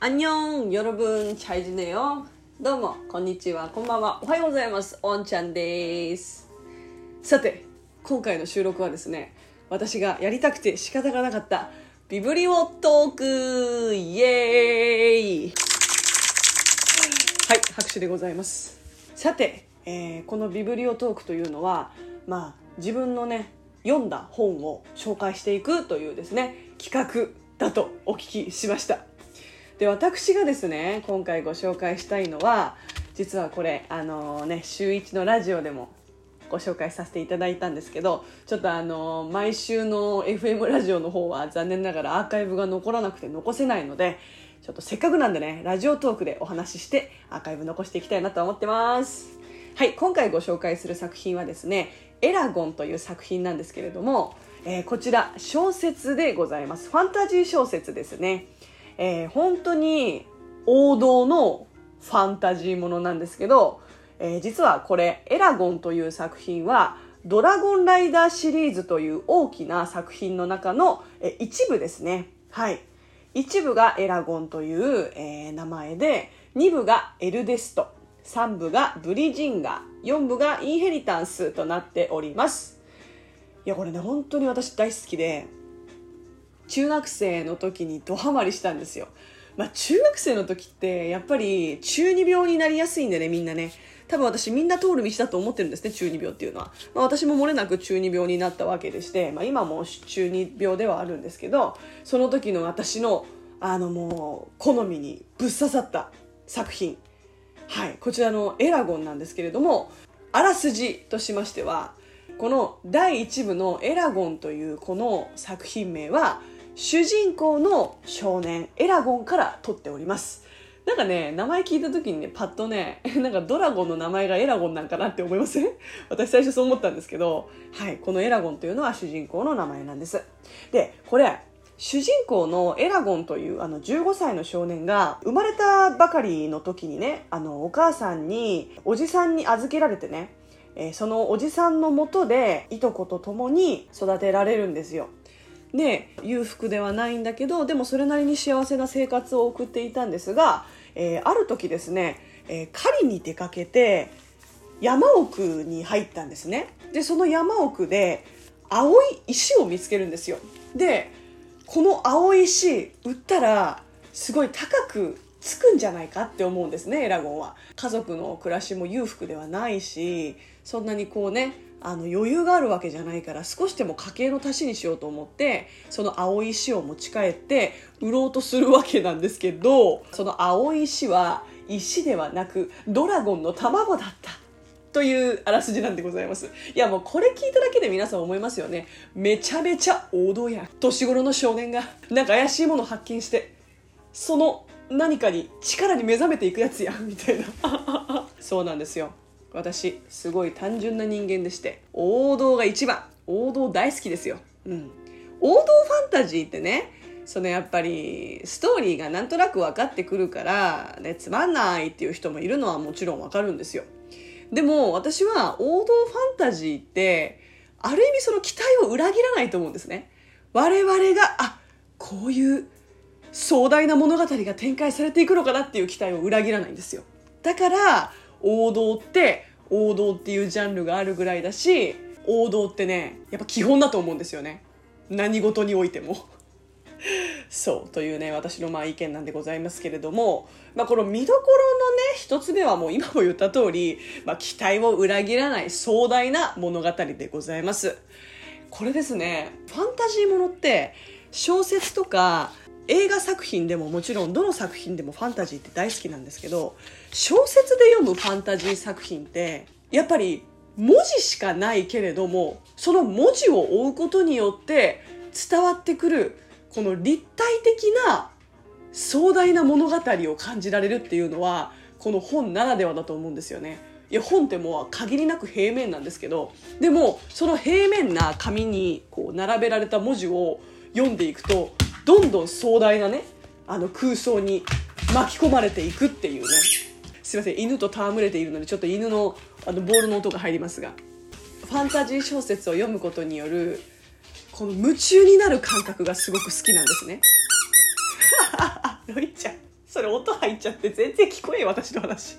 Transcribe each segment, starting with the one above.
안녕 여러분 잘 지내요? どうもこんにちはこんばんはおはようございますおんちゃんです。さて今回の収録はですね、私がやりたくて仕方がなかったビブリオトークイエーイ。はい、拍手でございます。さて、このビブリオトークというのは自分のね読んだ本を紹介していくというですね企画だとお聞きしました。で、私がですね今回ご紹介したいのは、実はこれ週1のラジオでもご紹介させていただいたんですけど、ちょっと毎週の FM ラジオの方は残念ながらアーカイブが残らなくて残せないので、ちょっとせっかくなんでねラジオトークでお話ししてアーカイブ残していきたいなと思ってます。はい、今回ご紹介する作品はですねエラゴンという作品なんですけれども、こちら小説でございます。ファンタジー小説ですね。本当に王道のファンタジーものなんですけど、実はこれエラゴンという作品はドラゴンライダーシリーズという大きな作品の中の一部ですね。はい、一部がエラゴンという、名前で、二部がエルデスト、三部がブリジンガー、四部がインヘリタンスとなっております。いやこれね本当に私大好きで、中学生の時にドハマりしたんですよ。中学生の時ってやっぱり中二病になりやすいんでね、みんなね。多分私みんな通る道だと思ってるんですね、中二病っていうのは。私も漏れなく中二病になったわけでして、今も中二病ではあるんですけど、その時の私のもう好みにぶっ刺さった作品、はい、こちらのエラゴンなんですけれども、あらすじとしましては、この第一部のエラゴンというこの作品名は主人公の少年エラゴンから取っております。なんかね、名前聞いた時にね、パッとね、なんかドラゴンの名前がエラゴンなんかなって思いません？私最初そう思ったんですけど、はい、このエラゴンというのは主人公の名前なんです。で、これ主人公のエラゴンという15歳の少年が生まれたばかりの時にね、お母さんにおじさんに預けられてね、そのおじさんの下でいとこと共に育てられるんですよ。で、裕福ではないんだけど、でもそれなりに幸せな生活を送っていたんですが、ある時ですね、狩りに出かけて山奥に入ったんですね。で、その山奥で青い石を見つけるんですよ。で、この青い石売ったらすごい高くつくんじゃないかって思うんですね、エラゴンは。家族の暮らしも裕福ではないし、そんなにこうね余裕があるわけじゃないから、少しでも家計の足しにしようと思ってその青い石を持ち帰って売ろうとするわけなんですけど、その青い石は石ではなくドラゴンの卵だったというあらすじなんでございます。いやもうこれ聞いただけで皆さん思いますよね。めちゃめちゃ王道やん。年頃の少年がなんか怪しいものを発見して、その何かに力に目覚めていくやつやんみたいなそうなんですよ。私すごい単純な人間でして、王道が一番、王道大好きですよ。王道ファンタジーってね、やっぱりストーリーがなんとなく分かってくるからね、つまんないっていう人もいるのはもちろん分かるんですよ。でも私は王道ファンタジーってある意味その期待を裏切らないと思うんですね。我々がこういう壮大な物語が展開されていくのかなっていう期待を裏切らないんですよ。だから王道っていうジャンルがあるぐらいだし、王道ってねやっぱ基本だと思うんですよね、何事においてもそうというね私の意見なんでございますけれども、この見どころのね一つ目はもう今も言った通り、期待を裏切らない壮大な物語でございます。これですね、ファンタジーものって小説とか映画作品でももちろんどの作品でもファンタジーって大好きなんですけど、小説で読むファンタジー作品ってやっぱり文字しかないけれども、その文字を追うことによって伝わってくるこの立体的な壮大な物語を感じられるっていうのはこの本ならではだと思うんですよね。いや本ってもう限りなく平面なんですけど、でもその平面な紙にこう並べられた文字を読んでいくとどんどん壮大なね空想に巻き込まれていくっていうね。すいません、犬と戯れているのでちょっと犬のボールの音が入りますが、ファンタジー小説を読むことによるこの夢中になる感覚がすごく好きなんですねロイちゃんそれ音入っちゃって全然聞こえん、私の話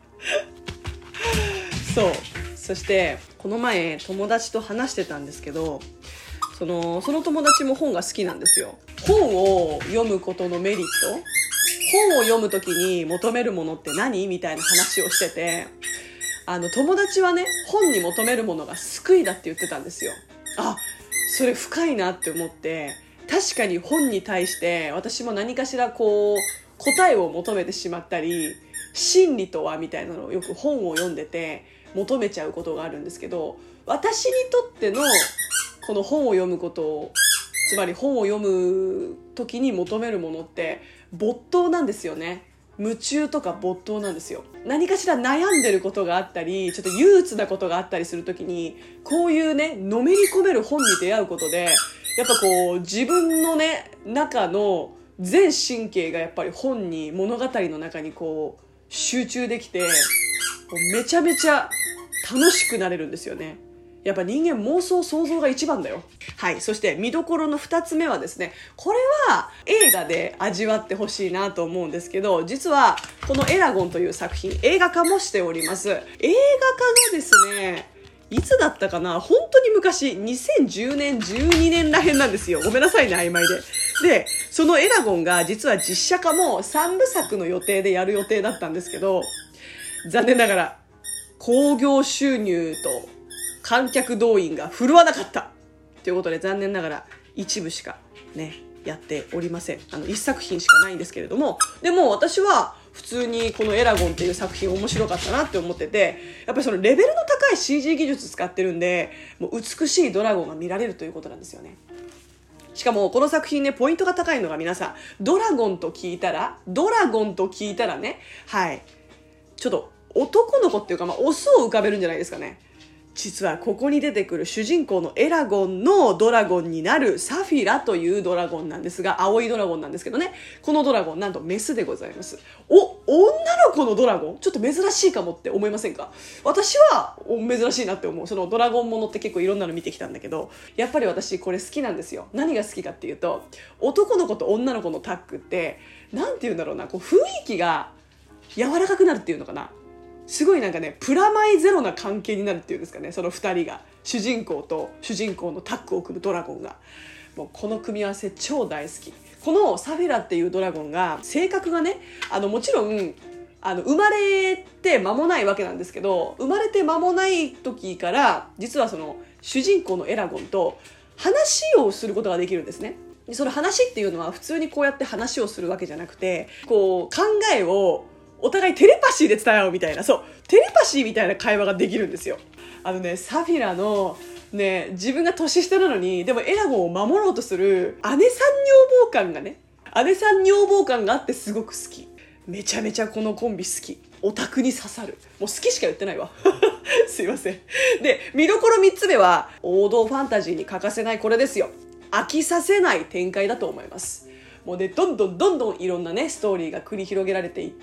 そう、そしてこの前友達と話してたんですけど、その友達も本が好きなんですよ。本を読むことのメリット、本を読むときに求めるものって何みたいな話をしてて、友達はね、本に求めるものが救いだって言ってたんですよ。あ、それ深いなって思って、確かに本に対して私も何かしらこう答えを求めてしまったり、真理とはみたいなのをよく本を読んでて求めちゃうことがあるんですけど、私にとってのこの本を読むことを、つまり本を読む時に求めるものって没頭なんですよね。夢中とか没頭なんですよ。何かしら悩んでることがあったり、ちょっと憂鬱なことがあったりする時に、こういうね、のめり込める本に出会うことで、やっぱこう自分のね、中の全神経がやっぱり本に、物語の中にこう集中できて、めちゃめちゃ楽しくなれるんですよね。やっぱ人間妄想想像が一番だよ。はい。そして見どころの2つ目はですね、これは映画で味わってほしいなと思うんですけど、実はこのエラゴンという作品、映画化もしております。映画化がですね、いつだったかな、本当に昔、2010年、12年らへんなんですよ。ごめんなさいね、曖昧で。で、そのエラゴンが実は実写化も3部作の予定でやる予定だったんですけど、残念ながら興行収入と観客動員が振るわなかったということで、残念ながら一部しかねやっておりません。一作品しかないんですけれども、でも私は普通にこのエラゴンっていう作品面白かったなって思ってて、やっぱりそのレベルの高い CG 技術使ってるんで、もう美しいドラゴンが見られるということなんですよね。しかもこの作品ね、ポイントが高いのが、皆さんドラゴンと聞いたらね、はい、ちょっと男の子っていうか、オスを浮かべるんじゃないですかね。実はここに出てくる主人公のエラゴンのドラゴンになるサフィラというドラゴンなんですが、青いドラゴンなんですけどね、このドラゴンなんとメスでございます。女の子のドラゴンちょっと珍しいかもって思いませんか？私は珍しいなって思う。そのドラゴンものって結構いろんなの見てきたんだけど、やっぱり私これ好きなんですよ。何が好きかっていうと、男の子と女の子のタッグってなんて言うんだろうな、こう雰囲気が柔らかくなるっていうのかな、すごいなんかね、プラマイゼロな関係になるっていうんですかね。その2人が、主人公と主人公のタッグを組むドラゴンが、もうこの組み合わせ超大好き。このサフィラっていうドラゴンが性格がね、もちろん生まれて間もないわけなんですけど、生まれて間もない時から実はその主人公のエラゴンと話をすることができるんですね。その話っていうのは普通にこうやって話をするわけじゃなくて、こう考えをお互いテレパシーで伝え合うみたいな、そう、テレパシーみたいな会話ができるんですよ。サフィラのね、自分が年下なのにでもエラゴンを守ろうとする姉さん女房感がね、姉さん女房感があってすごく好き。めちゃめちゃこのコンビ好き。オタクに刺さる。もう好きしか言ってないわすいません。で、見どころ3つ目は王道ファンタジーに欠かせないこれですよ。飽きさせない展開だと思います。もうね、どんどんいろんなねストーリーが繰り広げられていって、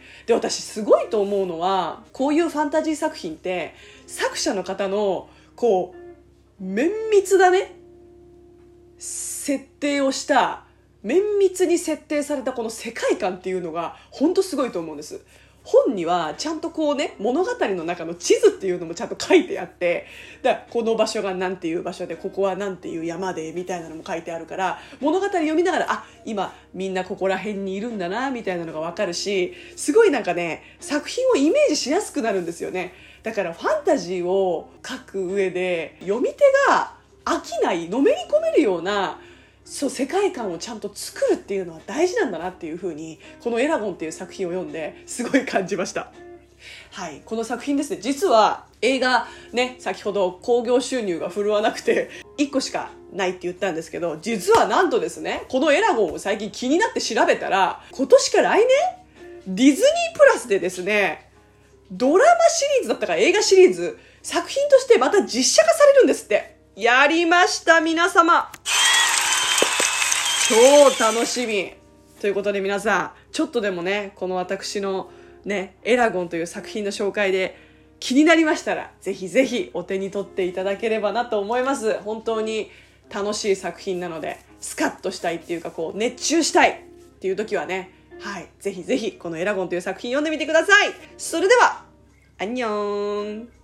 で、私すごいと思うのは、こういうファンタジー作品って作者の方のこう綿密だね設定をした、綿密に設定されたこの世界観っていうのが本当すごいと思うんです。本にはちゃんとこうね、物語の中の地図っていうのもちゃんと書いてあって、だからこの場所がなんていう場所で、ここはなんていう山でみたいなのも書いてあるから、物語読みながら、あ、今みんなここら辺にいるんだなみたいなのがわかるし、すごいなんかね、作品をイメージしやすくなるんですよね。だからファンタジーを書く上で読み手が飽きない、のめり込めるような、そう、世界観をちゃんと作るっていうのは大事なんだなっていう風に、このエラゴンっていう作品を読んですごい感じました。はい、この作品ですね、実は映画ね、先ほど興行収入が振るわなくて1個しかないって言ったんですけど、実はなんとですね、このエラゴンを最近気になって調べたら、今年か来年ディズニープラスでですね、ドラマシリーズだったか映画シリーズ作品としてまた実写化されるんですって。やりました、皆様。超楽しみということで、皆さんちょっとでもね、この私のねエラゴンという作品の紹介で気になりましたら、ぜひぜひお手に取っていただければなと思います。本当に楽しい作品なので、スカッとしたいっていうか、こう熱中したいっていう時はね、 はい、ぜひぜひこのエラゴンという作品読んでみてください。それではアンニョン。